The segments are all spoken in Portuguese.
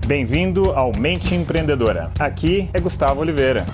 Bem-vindo ao Mente Empreendedora. Aqui é Gustavo Oliveira.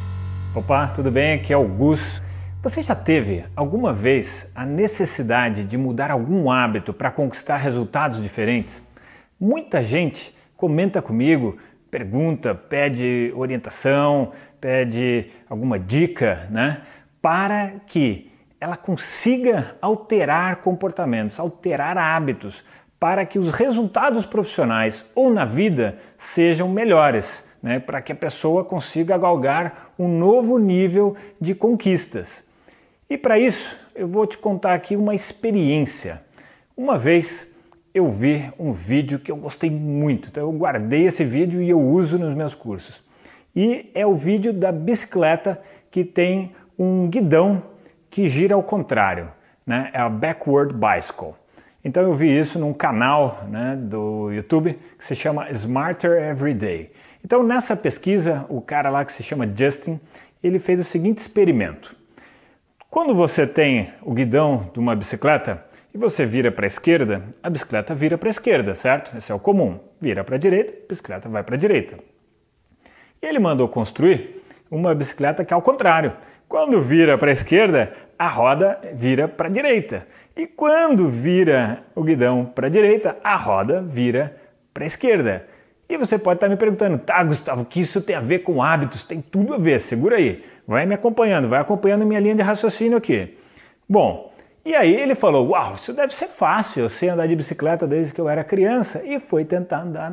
Opa, tudo bem? Aqui é o Gus. Você já teve alguma vez a necessidade de mudar algum hábito para conquistar resultados diferentes? Muita gente comenta comigo, pergunta, pede orientação, pede alguma dica, para que ela consiga alterar comportamentos, alterar hábitos, para que os resultados profissionais ou na vida sejam melhores, para que a pessoa consiga galgar um novo nível de conquistas. E para isso eu vou te contar aqui uma experiência. Uma vez eu vi um vídeo que eu gostei muito, então eu guardei esse vídeo e eu uso nos meus cursos. E é o vídeo da bicicleta que tem um guidão que gira ao contrário, é a Backward Bicycle. Então eu vi isso num canal do YouTube que se chama Smarter Every Day. Então nessa pesquisa, o cara lá que se chama Justin, ele fez o seguinte experimento. Quando você tem o guidão de uma bicicleta e você vira para a esquerda, a bicicleta vira para a esquerda, certo? Esse é o comum. Vira para a direita, a bicicleta vai para a direita. E ele mandou construir uma bicicleta que é ao contrário. Quando vira para a esquerda, a roda vira para a direita. E quando vira o guidão para a direita, a roda vira para a esquerda. E você pode estar me perguntando, tá, Gustavo, o que isso tem a ver com hábitos? Tem tudo a ver, segura aí. Vai me acompanhando, vai acompanhando minha linha de raciocínio aqui. Bom, e aí ele falou, uau, isso deve ser fácil, eu sei andar de bicicleta desde que eu era criança, e foi tentar andar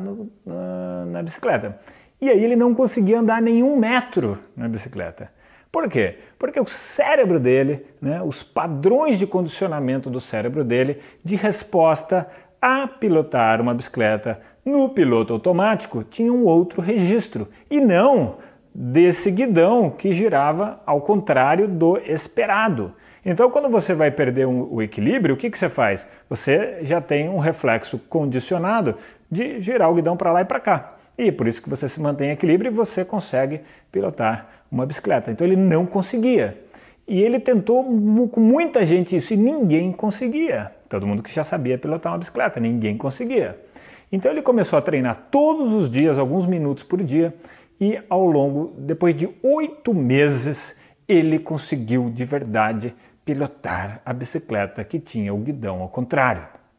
na bicicleta. E aí ele não conseguia andar nenhum metro na bicicleta. Por quê? Porque o cérebro dele, os padrões de condicionamento do cérebro dele de resposta a pilotar uma bicicleta no piloto automático tinha um outro registro e não desse guidão que girava ao contrário do esperado. Então quando você vai perder o equilíbrio, o que você faz? Você já tem um reflexo condicionado de girar o guidão para lá e para cá. E por isso que você se mantém em equilíbrio e você consegue pilotar uma bicicleta. Então ele não conseguia. E ele tentou com muita gente isso e ninguém conseguia. Todo mundo que já sabia pilotar uma bicicleta, ninguém conseguia. Então ele começou a treinar todos os dias, alguns minutos por dia, e depois de 8 meses, ele conseguiu de verdade pilotar a bicicleta que tinha o guidão ao contrário.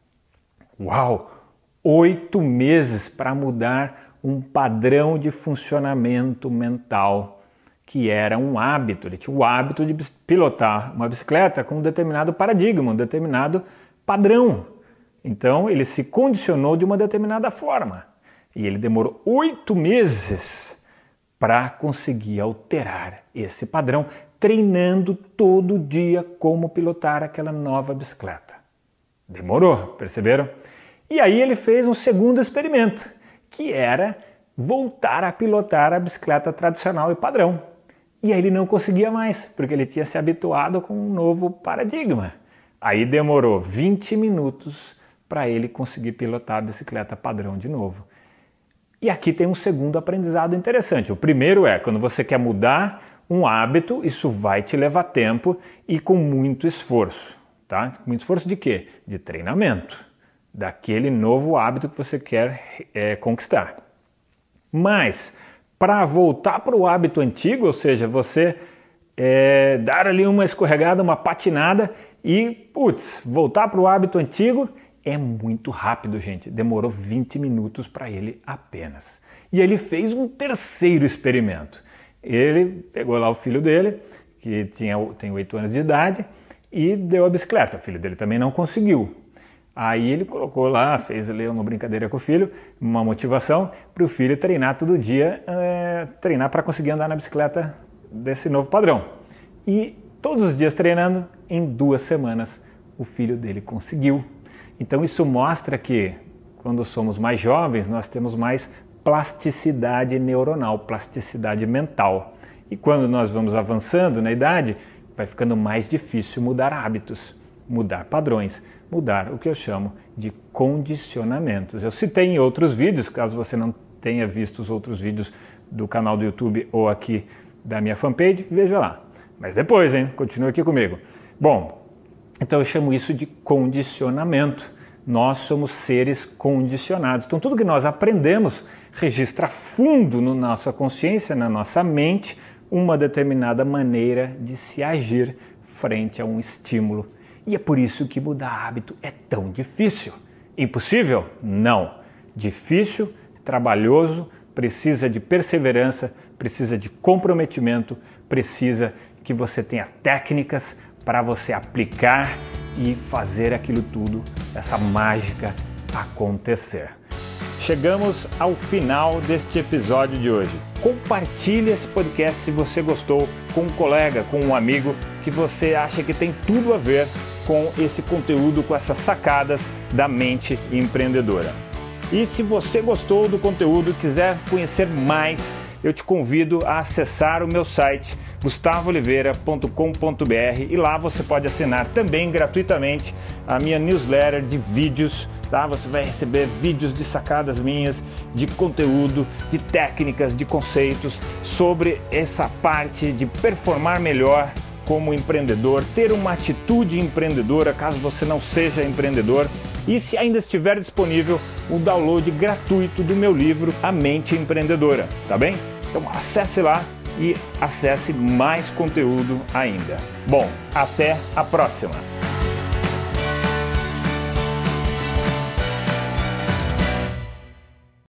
Uau! 8 meses para mudar um padrão de funcionamento mental que era um hábito. Ele tinha o hábito de pilotar uma bicicleta com um determinado paradigma, um determinado padrão. Então ele se condicionou de uma determinada forma. E ele demorou 8 meses para conseguir alterar esse padrão, treinando todo dia como pilotar aquela nova bicicleta. Demorou, perceberam? E aí ele fez um segundo experimento, que era voltar a pilotar a bicicleta tradicional e padrão. E aí ele não conseguia mais, porque ele tinha se habituado com um novo paradigma. Aí demorou 20 minutos para ele conseguir pilotar a bicicleta padrão de novo. E aqui tem um segundo aprendizado interessante. O primeiro é, quando você quer mudar um hábito, isso vai te levar tempo e com muito esforço. Tá? Muito esforço de quê? De treinamento. Daquele novo hábito que você quer conquistar. Mas, para voltar para o hábito antigo, ou seja, você dar ali uma escorregada, uma patinada e, voltar para o hábito antigo é muito rápido, gente. Demorou 20 minutos para ele apenas. E ele fez um terceiro experimento. Ele pegou lá o filho dele, que tem 8 anos de idade, e deu a bicicleta. O filho dele também não conseguiu. Aí ele colocou lá, fez ali uma brincadeira com o filho, uma motivação para o filho treinar todo dia, treinar para conseguir andar na bicicleta desse novo padrão. E todos os dias treinando, em 2 semanas, o filho dele conseguiu. Então isso mostra que quando somos mais jovens, nós temos mais plasticidade neuronal, plasticidade mental. E quando nós vamos avançando na idade, vai ficando mais difícil mudar hábitos, mudar padrões, mudar o que eu chamo de condicionamentos. Eu citei em outros vídeos, caso você não tenha visto os outros vídeos do canal do YouTube ou aqui da minha fanpage, veja lá. Mas depois, continua aqui comigo. Bom, então eu chamo isso de condicionamento. Nós somos seres condicionados. Então tudo que nós aprendemos registra fundo na nossa consciência, na nossa mente, uma determinada maneira de se agir frente a um estímulo. E é por isso que mudar hábito é tão difícil. Impossível? Não. Difícil, trabalhoso, precisa de perseverança, precisa de comprometimento, precisa que você tenha técnicas para você aplicar e fazer aquilo tudo, essa mágica acontecer. Chegamos ao final deste episódio de hoje. Compartilhe esse podcast se você gostou com um colega, com um amigo que você acha que tem tudo a ver com esse conteúdo, com essas sacadas da mente empreendedora. E se você gostou do conteúdo e quiser conhecer mais, eu te convido a acessar o meu site gustavooliveira.com.br e lá você pode assinar também gratuitamente a minha newsletter de vídeos, tá? Você vai receber vídeos de sacadas minhas, de conteúdo, de técnicas, de conceitos sobre essa parte de performar melhor como empreendedor, ter uma atitude empreendedora caso você não seja empreendedor. E se ainda estiver disponível, o download gratuito do meu livro A Mente Empreendedora, tá bem? Então acesse lá e acesse mais conteúdo ainda. Bom, até a próxima!